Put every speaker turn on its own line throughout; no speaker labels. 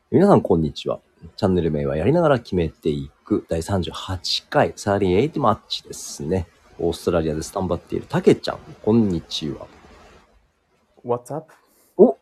皆さんこんにちは。チャンネル名はやりながら決めていく第38回38マッチですね。オーストラリアでスタンバっているたけちゃん、こんにちは。
What's up?
お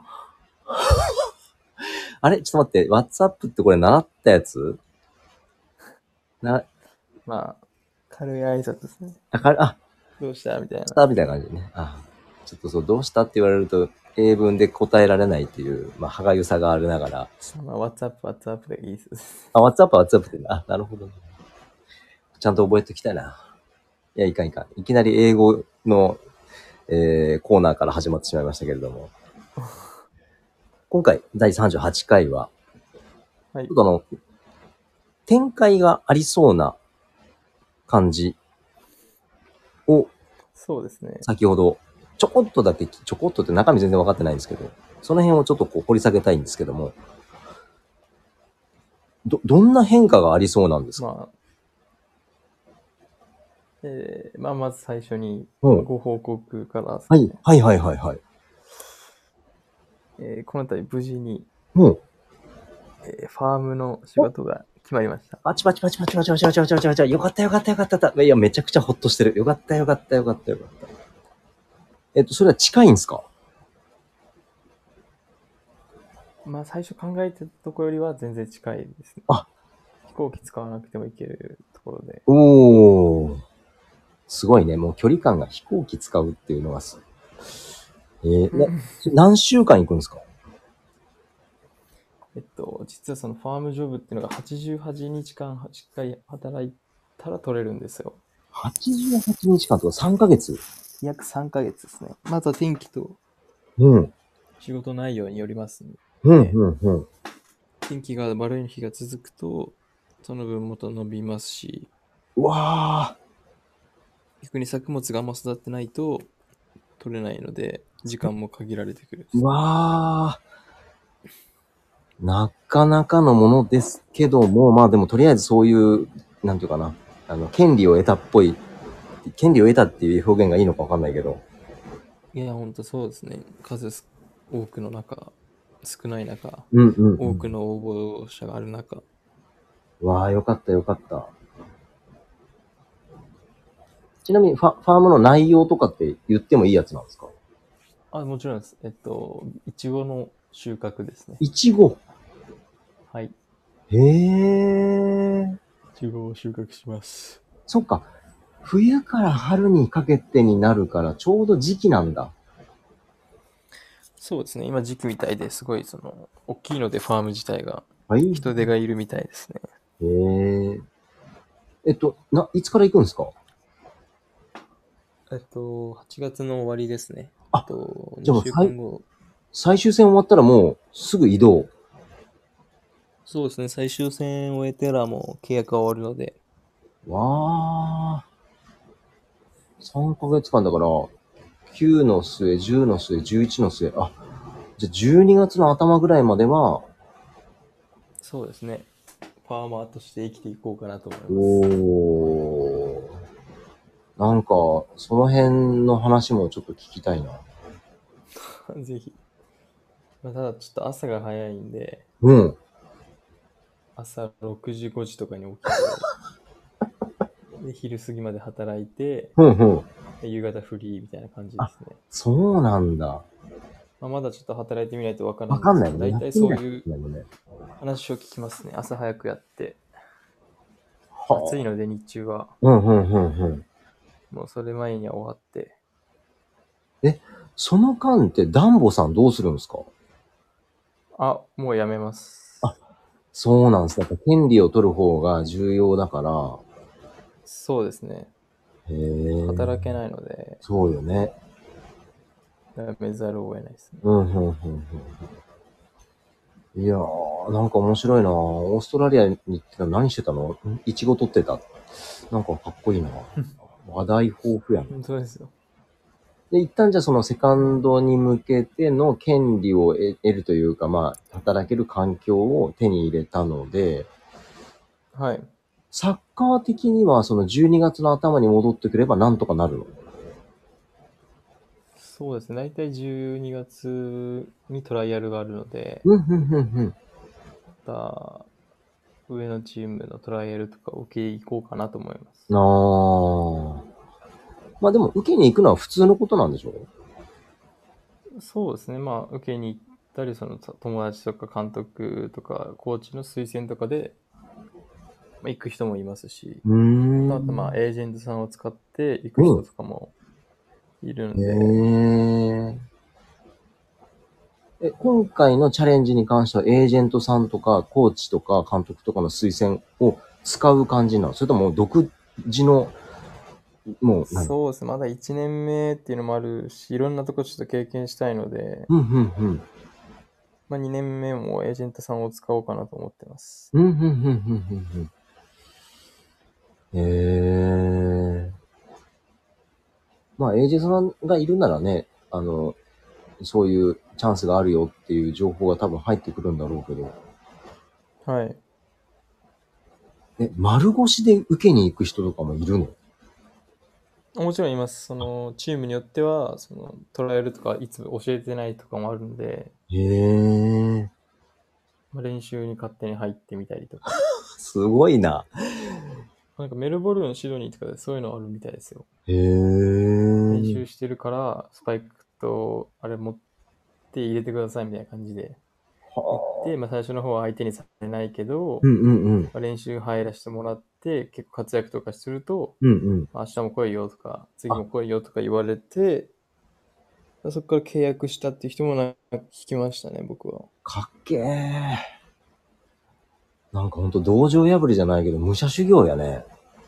あれちょっと待って、WhatsApp ってこれ習ったやつな、
まあ、軽い挨拶ですね。
あ、
どうしたみたいな。
みたいな感じでね。ちょっとそう、どうしたって言われると英文で答えられないっていう、歯がゆさがありながら。
まあ、What's up でいいです。
WhatsApp ってなるほど。ちゃんと覚えておきたいな。いや、いかん。いきなり英語のコーナーから始まってしまいましたけれども。今回、第38回は、
はい。
ちょっと展開がありそうな感じを、
そうですね。
先ほど、ちょこっとって中身全然分かってないんですけど、その辺をちょっと掘り下げたいんですけども、どんな変化がありそうなんですか？
まあ、まず最初に
うん。
ご報告からです
はい。
ね。この度無事に、
うん。
ファームの仕事が決まりました。
パチパチ。よかった。いや、めちゃくちゃほっとしてる。よかった。それは近いんですか？
まあ、最初考えてたところよりは全然近いですね。
あ、
飛行機使わなくても行けるところで。
おー。すごいね。もう距離感が飛行機使うっていうのが何週間行くんですか？
実はそのファームジョブっていうのが88日間しっかり働いたら取れるんですよ。
88日間とか3ヶ月。
約3ヶ月ですね。まずは天気と
うん。
仕事内容によりますの
うん、
で、
うん、うん。
天気が悪い日が続くと、その分もと伸びますし、
うわ
逆に作物があんま育ってないと取れないので、時間も限られてくるんで
ー。う
すね。
わー。なかなかのものですけども、でもとりあえずそういう、なんていうかな。権利を得たっぽい。権利を得たっていう表現がいいのかわかんないけど。
いや、ほんとそうですね。多くの中、少ない中、
うん、うん、うん。
多くの応募者がある中、
うわー、よかった。ちなみにファームの内容とかって言ってもいいやつなんですか？
あ、もちろんです。いちごの収穫ですね。
いちご。
はい。
へー。
いちごを収穫します。
そっか。冬から春にかけてになるからちょうど時期なんだ。
そうですね。今時期みたいですごい、大きいのでファーム自体が、
はい。
人手がいるみたいですね。
へえ。いつから行くんですか？
8月の終わりですね。
あ、
2週
じゃあもう
間後。
最終戦終わったらもうすぐ移動。
そうですね。最終戦を終えたらもう契約が終わるので、
わー。3ヶ月間だから、9の末、10の末、11の末。あ、じゃあ12月の頭ぐらいまでは、
そうですね。ファーマーとして生きていこうかなと思います。
おー。なんか、その辺の話もちょっと聞きたいな。
ぜひ。まあ、ただちょっと朝が早いんで、
うん。
朝6時、5時とかに起きて、で、昼過ぎまで働いて、
うん。
で夕方フリーみたいな感じで
あ、
すね。
そうなんだ。
まあ、まだちょっと働いてみないとわから
わ
ないんですけど、
かんないもんね。
大体
やってみなきゃい
そういう
けないもんね。
話を聞きますね。朝早くやって、暑い
は
ので日中は、
あ。うん。
もうそれ前には終わって、
え、その間ってダンボさんどうするんですか？
あ、もうやめま
あ、
す。
そうなんです。やっぱ権利を取る方が重要だから。
そうですね。
へえ。
働けないので、
そうよね。
やめざるを得ないですね。
いやー、なんか面白いな。オーストラリアに行って何してたの？イチゴ取ってた。なんかかっこいいな。話題豊富やな。
本当ですよ。
で、一旦じゃあそのセカンドに向けての権利を得るというか、働ける環境を手に入れたので、
はい。
サッカー的にはその12月の頭に戻ってくればなんとかなるの？
そうですね。大体12月にトライアルがあるので、
うん。
た上のチームのトライアルとか受け行こうかなと思います。
まあでも受けに行くのは普通のことなんでしょ
そうですね。まあ、受けに行ったり、その友達とか監督とかコーチの推薦とかで、まあ、行く人もいますし、
う。
あとまあ、エージェントさんを使って行く
うん。
人とかもいる
へ
んで、
え。今回のチャレンジに関してはエージェントさんとかコーチとか監督とかの推薦を使う感じなの？それとも独自の、もう何？
そうですね。まだ1年目っていうのもあるし、いろんなとこちょっと経験したいので、
うんうんうん。
まあ、2年目もエージェントさんを使おうかなと思ってます。
うんうんうんうんうんうん。へえ。まあエージェントさんがいるならね、そういうチャンスがあるよっていう情報が多分入ってくるんだろうけど。
はい。
丸腰で受けに行く人とかもいるの？
もちろんいます。その、チームによっては、その、トライアルとかいつも教えてないとかもあるんで、
へえ。
まあ、練習に勝手に入ってみたりとか。
すごいな。
なんかメルボルン、シドニーとかでそういうのあるみたいですよ。
へえ。
練習してるから、スパイクとあれ持って入れてくださいみたいな感じで行って、まあ最初の方は相手にされないけど、
うんうんうん。
まあ、練習入らせてもらって、結構活躍とかすると、
うんうん。
明日も来いよとか、次
あ、
も来いよとか言われて、そこから契約したっていう人もなんか聞きましたね、僕は。
かっけえ。なんかほんと道場破りじゃないけど、武者修行やね。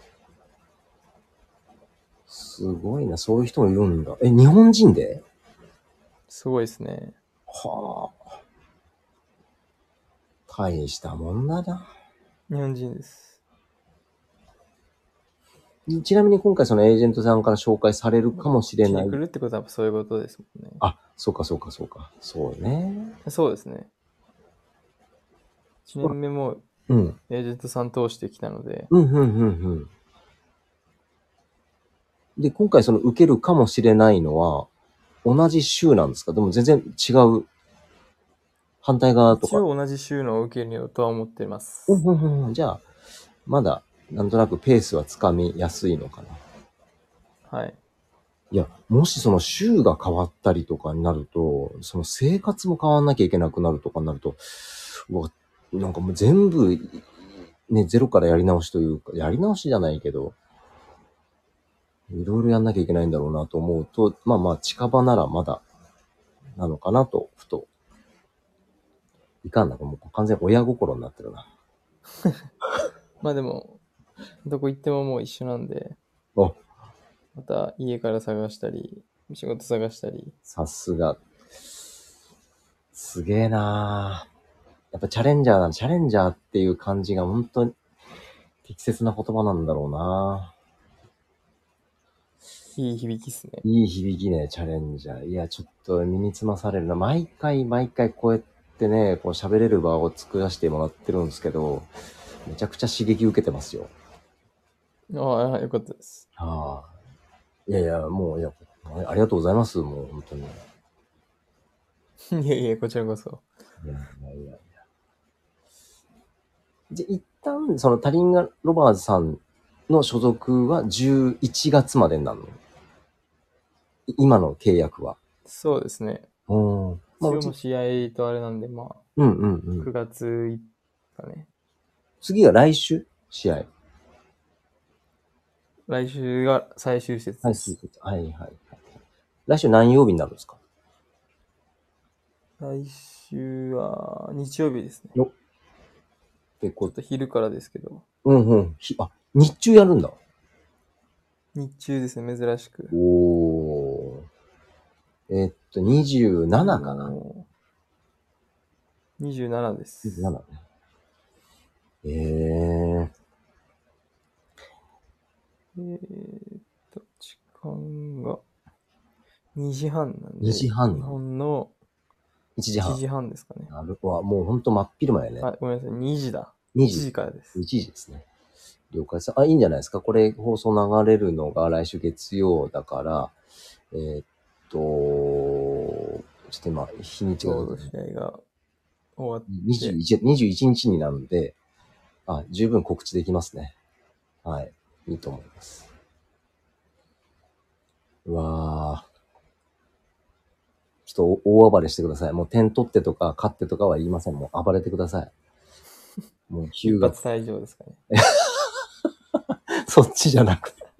すごいな、そういう人もいるんだ。日本人で？
すごいですね。
はあ、大したもんだな。
日本人です。
ちなみに今回そのエージェントさんから紹介されるかもし
こっちに
れない。
来るってことはそういうことですもんね。
あ、そうかそうかそうか。そうね。
そうですね。1
そう
年目も
うん。
エージェントさん通してきたので、
うん、うん、うん、うん。で、今回その受けるかもしれないのは、同じ州なんですか？でも全然違う、反対側とか。
一応同じ週のを受けるよとは思っていま
うん、
す。
うん、うん。じゃあ、まだ、なんとなくペースはつかみやすいのかな。
はい。
いや、もしその州が変わったりとかになると、その生活も変わんなきゃいけなくなるとかになると、うわ、なんかもう全部、ね、ゼロからやり直しというか、やり直しじゃないけど、いろいろやんなきゃいけないんだろうなと思うと、まあまあ近場ならまだなのかなと、ふと。いかんな、もう完全に親心になってるな。
まあでも、どこ行ってももう一緒なんで、
お、
また家から探したり、仕事探したり。
さすが。すげえなやっぱチャレンジャーっていう感じが本当に適切な言葉なんだろうない
い響きっすね。
い響きね、チャレンジャー。いや、ちょっと身につまされるな。毎回毎回こうやってね、こう喋れる場を作らせてもらってるんですけど、めちゃくちゃ刺激受けてますよ。
ああ、よかったです。
ああ。いやいや、もう、いや、ありがとうございます。もう、本当に。
いやいや、こちらこそ。
いやいやいやいや。じゃ、一旦、そのタリンガ・ロバーズさんの所属は11月までになるの？今の契約は。
そうですね。
うん。まあ、
一応も試合とあれなんで、まあ、
うんうんうん。
9月いっかね。
次が来週試合。
来週が最終節
はい、
です。
はいはいはい。来週何曜日になるんですか？
来週は日曜日ですね。
よ結構、
ちょっと昼からですけど、
うんうん。日中やるんだ。
日中ですね、珍しく。
お27かな？
もう、27で
27
す。
ね。ええ
時間が2時半なん
2
で、日
時半なの？
本の
1 時
1
半。
時半ですかね。
なるほど。もうほんと真っ昼間やね。
あ、ごめんなさい、2時だ。
2
1
時。
時からです。
1時ですね。了解です。いいんじゃないですか。これ放送流れるのが来週月曜だから、えーっと、ちょっと今、日にちが、
ちょうど試合が終わって。
21日になるので、十分告知できますね。はい。いいと思います。うわー。ちょっと大暴れしてください。もう点取ってとか勝ってとかは言いません。もう暴れてください。もう日向。
一発退場ですかね。
そっちじゃなくて。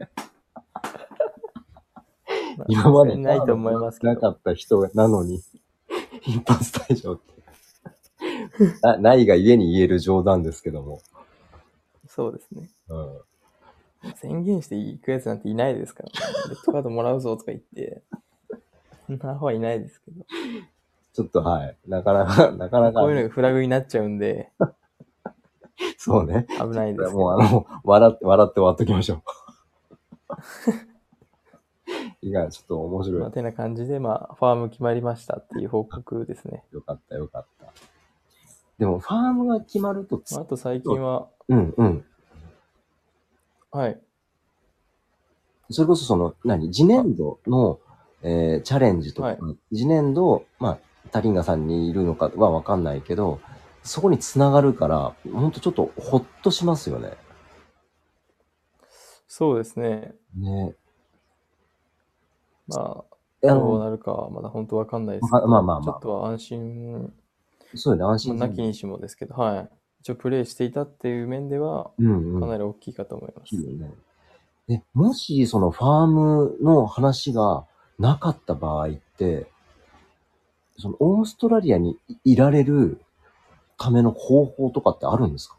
まあ
今まで
ないと思いますけど。
なかった人なのに、一発退場って。ないが家に言える冗談ですけども。
そうですね。
うん。
宣言して行くやつなんていないですからね。レッドカードもらうぞとか言って、そんなアホはいないですけど。
ちょっとはい。なかなか、
こういうのがフラグになっちゃうんで、
そうね。
危ないですけ
も
ど。
う笑って終わっときましょう。いや、ちょっと面白い。
まあ、てな感じで、まあ、ファーム決まりましたっていう報告ですね。
よかった、よかった。でも、ファームが決まると
まあ、あと最近は、
うんうん。
はい。
それこそ次年度の、チャレンジとか、
はい。
次年度、タリンガさんにいるのかはわかんないけど、そこに繋がるから、ほんとちょっとほっとしますよね。
そうですね。
ね。
まあ、
あの、
どうなるかはまだ本当わかんないですけど、ちょっ
まあまあまあ。
とは安心、
そうよね、安
まあ、
心する。
なきにしもですけど、はい。一応プレイしていたっていう面では、
うんうん。
かなり大きいかと思います。
いいよね。もし、そのファームの話がなかった場合って、そのオーストラリアにいられるための方法とかってあるんですか？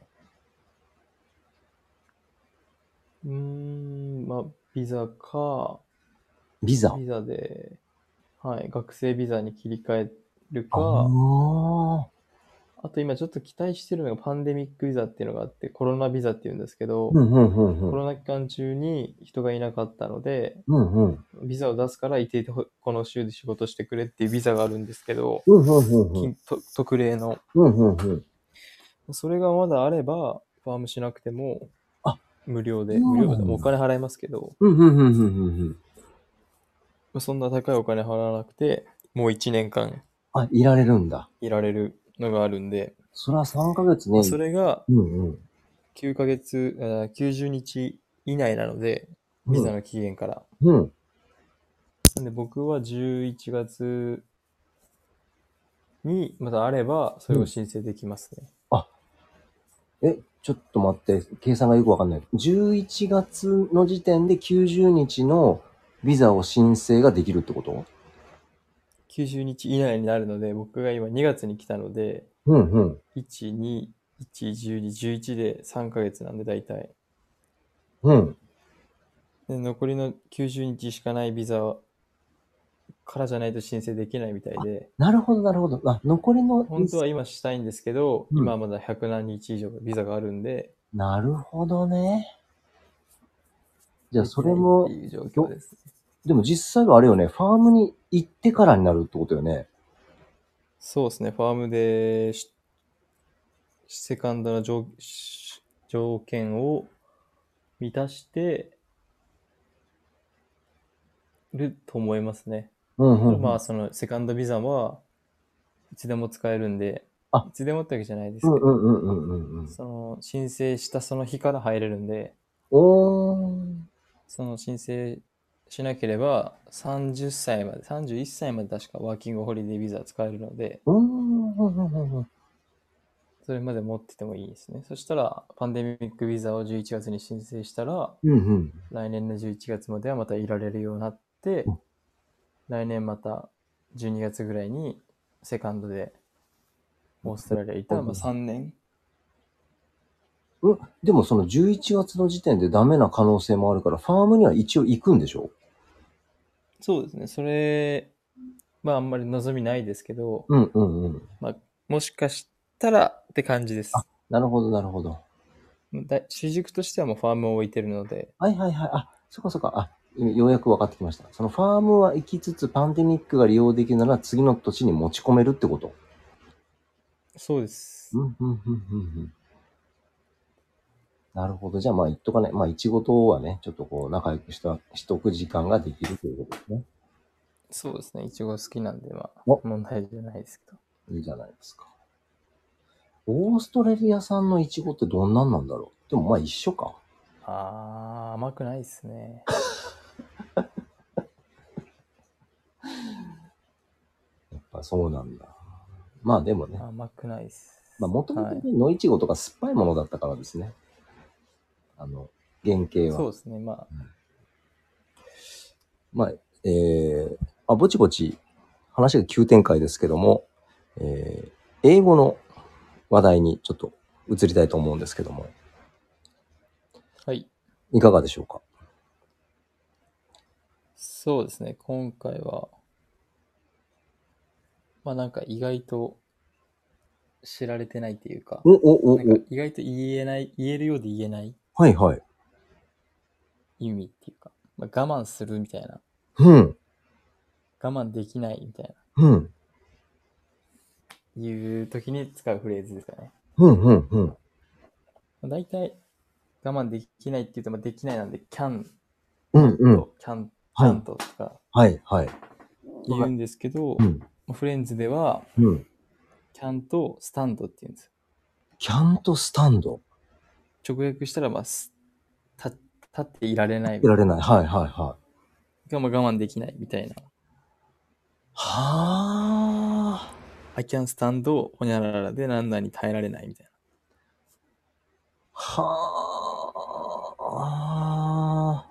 まあ、ビザか、
ビザ。
ビザで、はい、学生ビザに切り替える
あ
か、
あ。
あと今ちょっと期待してるのがパンデミックビザっていうのがあって、コロナビザっていうんですけど、
うんうんうんうん。
コロナ期間中に人がいなかったので、
うんうん。
ビザを出すからいていてこの州で仕事してくれっていうビザがあるんですけど、
うんうんうんうん。
特例の。
うんうんうん。
それがまだあれば、ファームしなくても
あ、
無料で、無
そう
料、
なんだ。
お金払いますけど、
うんうんうんうんうんうん。
そんな高いお金払わなくて、もう1年間
いられるんだ。
いられるのがあるんで、
それは3ヶ月ね。
それが
うんうん。
9ヶ月、90日以内なので、ビ
うん。
ザの期限から。
うん。
なんで僕は11月にまだあれば、それを
うん。
申請できますね。
あ、ちょっと待って、計算がよくわかんない。11月の時点で90日のビザを申請ができるってこと？
90日以内になるので、僕が今2月に来たので、
うんうん。
1、2、1、12、11で3ヶ月なんで大体。
うん。
で、残りの90日しかないビザからじゃないと申請できないみたいで、
なるほど、なるほど。残りの、
本当は今したいんですけど、
うん。
今はまだ100何日以上ビザがあるんで、
なるほどね。じゃあ、そ
できないって
れも、
いう状況です。
でも実際はあれよね、ファームに行ってからになるってことよね。
そうですね、ファームでセカンドの条件を満たしてると思いますね。
うんうんうん。
ただまあ、そのセカンドビザはいつでも使えるんで、
あ、
いつでもってわけじゃないで
うん
すけど、
うんうんうんうんうん。
その申請したその日から入れるんで、
おー。
その申請しなければ30歳まで、31歳まで確かワーキングホリデービザ使えるので、
うーん、うんうんうんうん。
それまで持っててもいいですね。そしたら、パンデミックビザを11月に申請したら、
うんうん。
来年の11月まではまたいられるようになって、来年また12月ぐらいにセカンドでオーストラリアいたら、まあ3年。
でもその11月の時点でダメな可能性もあるから、ファームには一応行くんでしょ？
そうですね。それ、まああんまり望みないですけど、
うんうんうん。
まあもしかしたらって感じで
あ、
す。
なるほどなるほど。
主軸としてはもうファームを置いてるので、
はいはいはい。そっかそっか。ようやく分かってきました。そのファームは行きつつ、パンデミックが利用できるなら次の土地に持ち込めるってこと？
そうです。
うん、うん、うん、うん。うんなるほど。じゃあまあ言っとかね。まあ、いちごとはね、ちょっとこう、仲良くしとく時間ができるということですね。
そうですね。いちご好きなんで、まあ
お、
問題じゃないですけど。
いいじゃないですか。 オーストラリア産のイチゴってどんなんなんだろう。でもまあ一緒か。
甘くないっすね。
やっぱそうなんだ。まあでもね。
甘くないっす。
まあもともと
はい。
ね、野イチゴとか酸っぱいものだったからですね。原型は。
そうですね。まあ、
まあ、ぼちぼち話が急展開ですけども、英語の話題にちょっと移りたいと思うんですけども、
はい。
いかがでしょうか？
そうですね。今回は、まあなんか意外と知られてないっていうか、なんか
お、
意外と言えるようで言えない
はいはい。
意味っていうか、まあ、我慢するみたいな、
うん、
我慢できないみたい
うん、
な、いう時に使うフレーズですかね。
うん、うん、うん。
まあ、大体我慢できないって言うと、まあ、できないなんで、
うん、
not,
うん。はい、
can't とか
はい、はい。
言うんですけど、
うん、
フレンズでは、
うん。
can't stand って言うんですよ。
キャントスタンド。
直訳したら、まあ、立っていられないみたいな。
いられない。はい、はい、はい。
我慢できないみたいな。
はあ。
I can stand ほにゃららで何々に耐えられないみたいな。
はあ。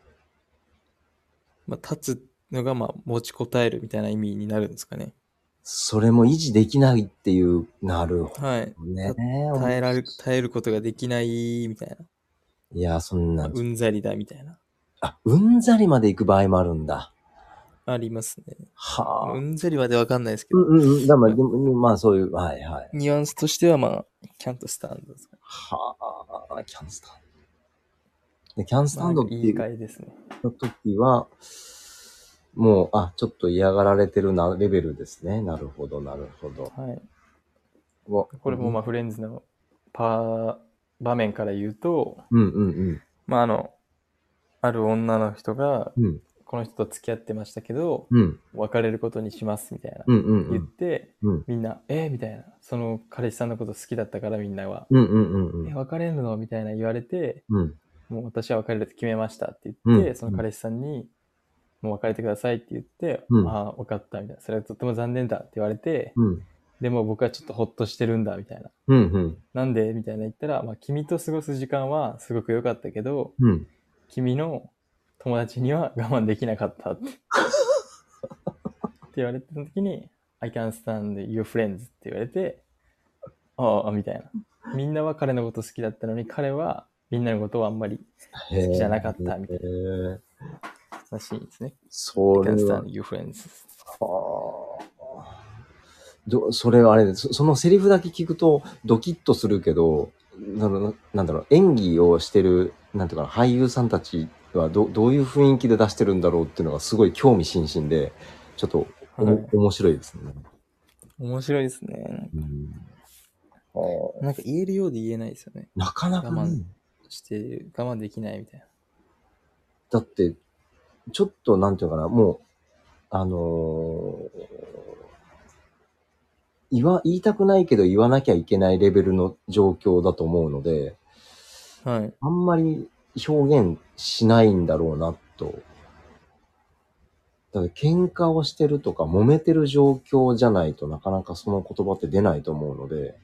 まあ、立つのが、まあ、持ちこたえるみたいな意味になるんですかね。
それも維持できないっていう、なるほ
はい。
どね。
耐えることができないみたいな。
いや、そんな
まあ、
ん。
うんざりだみたいな。
あ、うんざりまで行く場合もあるんだ。
ありますね。う
はあ。
んざりまでわかんないですけど。
うんうんうん。
まあ、
でもまあそういう、はいはい。
ニュアンスとしては、まあ、キャントスタンドですかね。
はあ、キャンスタンド。で、キャンス
まあ、
タン
なんか言い
ドっていう
換えですね。
時は、もう、ちょっと嫌がられてるな、レベルですね。なるほど、なるほど。
はい。
わ
これも、まあ、フレンズの場面から言うと、
うんうんうん。
まあ、ある女の人が、
うん。
この人と付き合ってましたけど、
うん。
別れることにしますみたいな。
うんうんう
言っ
ん。
て、
うん。
みんな、みたいな。その彼氏さんのこと好きだったからみんなは、
うんうんうんうん。
別れるのみたいな言われて、
うん。
もう私は別れると決めましたって言
うん。
って、その彼氏さんに、もう別れてくださいって言って、
うん。
ああ、分かったみたいな。それはとっても残念だって言われて、
うん。
でも僕はちょっとホッとしてるんだみたいな。
うん。
なんでみたいな言ったら、まあ君と過ごす時間はすごく良かったけど、
うん。
君の友達には我慢できなかったって言われた時に、I can stand your friends って言われて、ああ、みたいな。みんなは彼のこと好きだったのに、彼はみんなのことをあんまり
へ
好きじゃなかったみたいな
え。
話ですね。I
それ
can
は、
stand your friends.
はあ。それはあれです。そのセリフだけ聞くとドキッとするけど、なんだろう、演技をしてる、なんていうかな、俳優さんたちはどういう雰囲気で出してるんだろうっていうのがすごい興味津々で、ちょっと
はい。
面白いですね。
面白いですね。
うん、は
なんか言えるようで言えないですよね。
なかなかね、
我慢してる、我慢できないみたいな。
だって、ちょっとなんていうかな、もう、あのー言いたくないけど言わなきゃいけないレベルの状況だと思うので、
はい。
あんまり表現しないんだろうなと。だから喧嘩をしてるとか揉めてる状況じゃないとなかなかその言葉って出ないと思うので、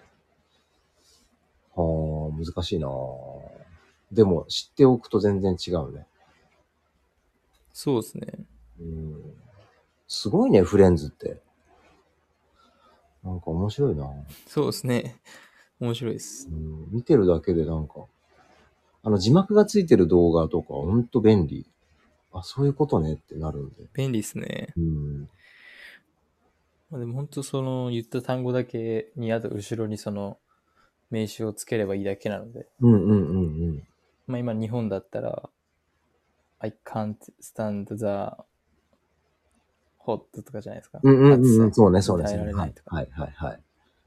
難しいなぁ。でも知っておくと全然違うね。
そうですね。
うん、すごいね、フレンズって。なんか面白いなぁ。
そうですね。面白いです。
うん、見てるだけでなんか、字幕がついてる動画とかほんと便利。あ、そういうことねってなるんで。
便利ですね。
うん。
まあ、でも本当その言った単語だけに、あと後ろにその名詞をつければいいだけなので、
うんうんうんうん。
まあ今日本だったら、I can't stand the hot とかじゃないですか。
うんうんうんうん。
暑さ
そうね、そうね、
に耐え
そうね。はい。
られないとか。
はいはいはい。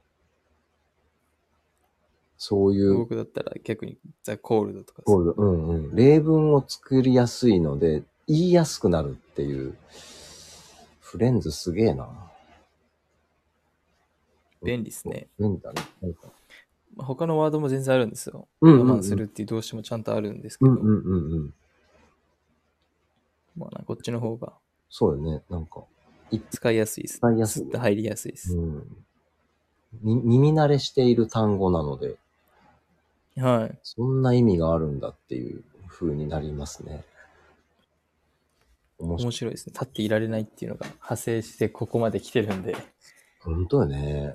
そういう
僕だったら逆に the cold とかです。
コールド、うんうん。例文を作りやすいので、言いやすくなるっていう。フレンズすげえな。
便利ですね。
便利だね。なんか
他のワードも全然あるんですよ。
うんうんうん
我慢するっていう動詞もちゃんとあるんですけど、
うんうんうんうん。
まあこっちの方が
そうよね。なんか、
使いやすいですね。
使いやすい
スッと入りやすいです。
うん。耳慣れしている単語なので、
はい。
そんな意味があるんだっていう風になりますね。面白い。
面白いですね。立っていられないっていうのが派生してここまで来てるんで。
本当よね。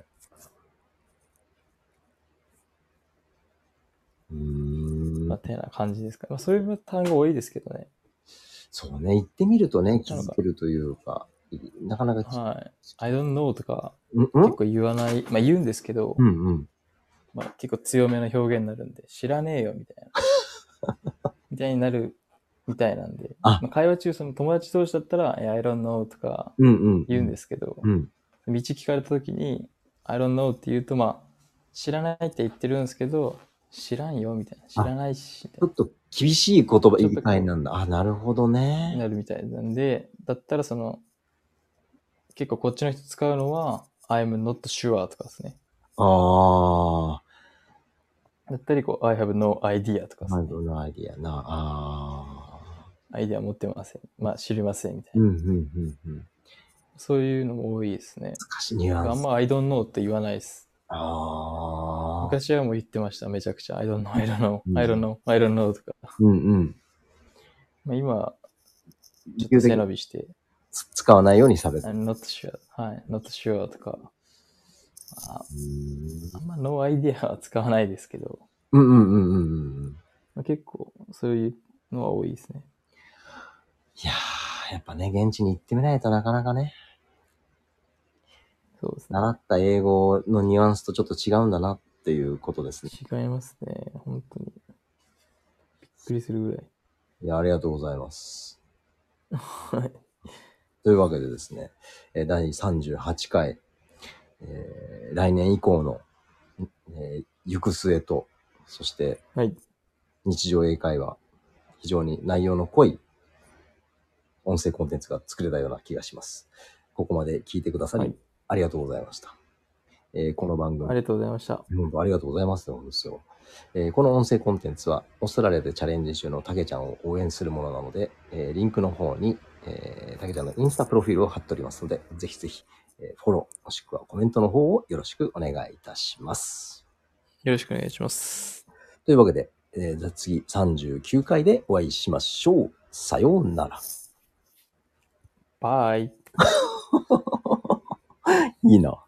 まあ、てな感じですか。まあ、そういう単語多いですけどね。
そうね。言ってみるとね、気
なんか、
づけるというか、なかなか
はい。I don't know とか
うん
結構言わない、まあ言うんですけど、
うんうん。
まあ結構強めの表現になるんで、知らねえよみたいな。みたいになるみたいなんで、
あ、
まあ、会話中その友達同士だったら、I don't know とか
うんうん
言うんですけど、
うん。
道聞かれた時に、I don't know って言うと、まあ、知らないって言ってるんですけど、知らんよみたいな。知
あ、
らないし、みたいな。
ちょっと厳しい言葉、言い
ちょっとこ
換えなんだ。あ、なるほどね。
なるみたいなんで、だったらその、結構こっちの人使うのは、I'm not sure とかですね。
あ
だったり、こう、I have no idea とかで
あ、
すね。
なるほど、アイディアな。ああ。
アイデア持ってません。まあ、知りませんみたいな。
うんうんうんうん。
そういうのも多いですね。
難しいニュアンス。
あんま I don't know って言わないです。
ああ。
昔はもう言ってました。めちゃくちゃ。I don't know, I don't know,
うん
I don't know, I don't know とか。
うんうん。
まあ、今、ちょっと背
できるだけ
伸びして、
使わないようにされてる。
I'm not sure, はい、not sure とか、
うーん
あんま no idea は使わないですけど、
うんうんうんうんうん。
まあ、結構そういうのは多いですね。
いやー、やっぱね、現地に行ってみないとなかなかね、
そうですね。
習った英語のニュアンスとちょっと違うんだなっていうことですね。
違いますね。本当に。びっくりするぐらい。
いや、ありがとうございます。
はい。
というわけでですね、第38回、来年以降の、行く末と、そして
はい。
日常英会話、非常に内容の濃い音声コンテンツが作れたような気がします。ここまで聞いてくださり、
はい。
ありがとうございました。この番組、
ありがとうございました。
本当ありがとうございますよ、ですよ。この音声コンテンツは、オーストラリアでチャレンジ中のたけちゃんを応援するものなので、リンクの方に、たけちゃんのインスタプロフィールを貼っておりますので、ぜひぜひ、フォロー、もしくはコメントの方をよろしくお願いいたします。
よろしくお願いします。
というわけで、じゃあ次39回でお会いしましょう。さようなら。
バイ。
いいな。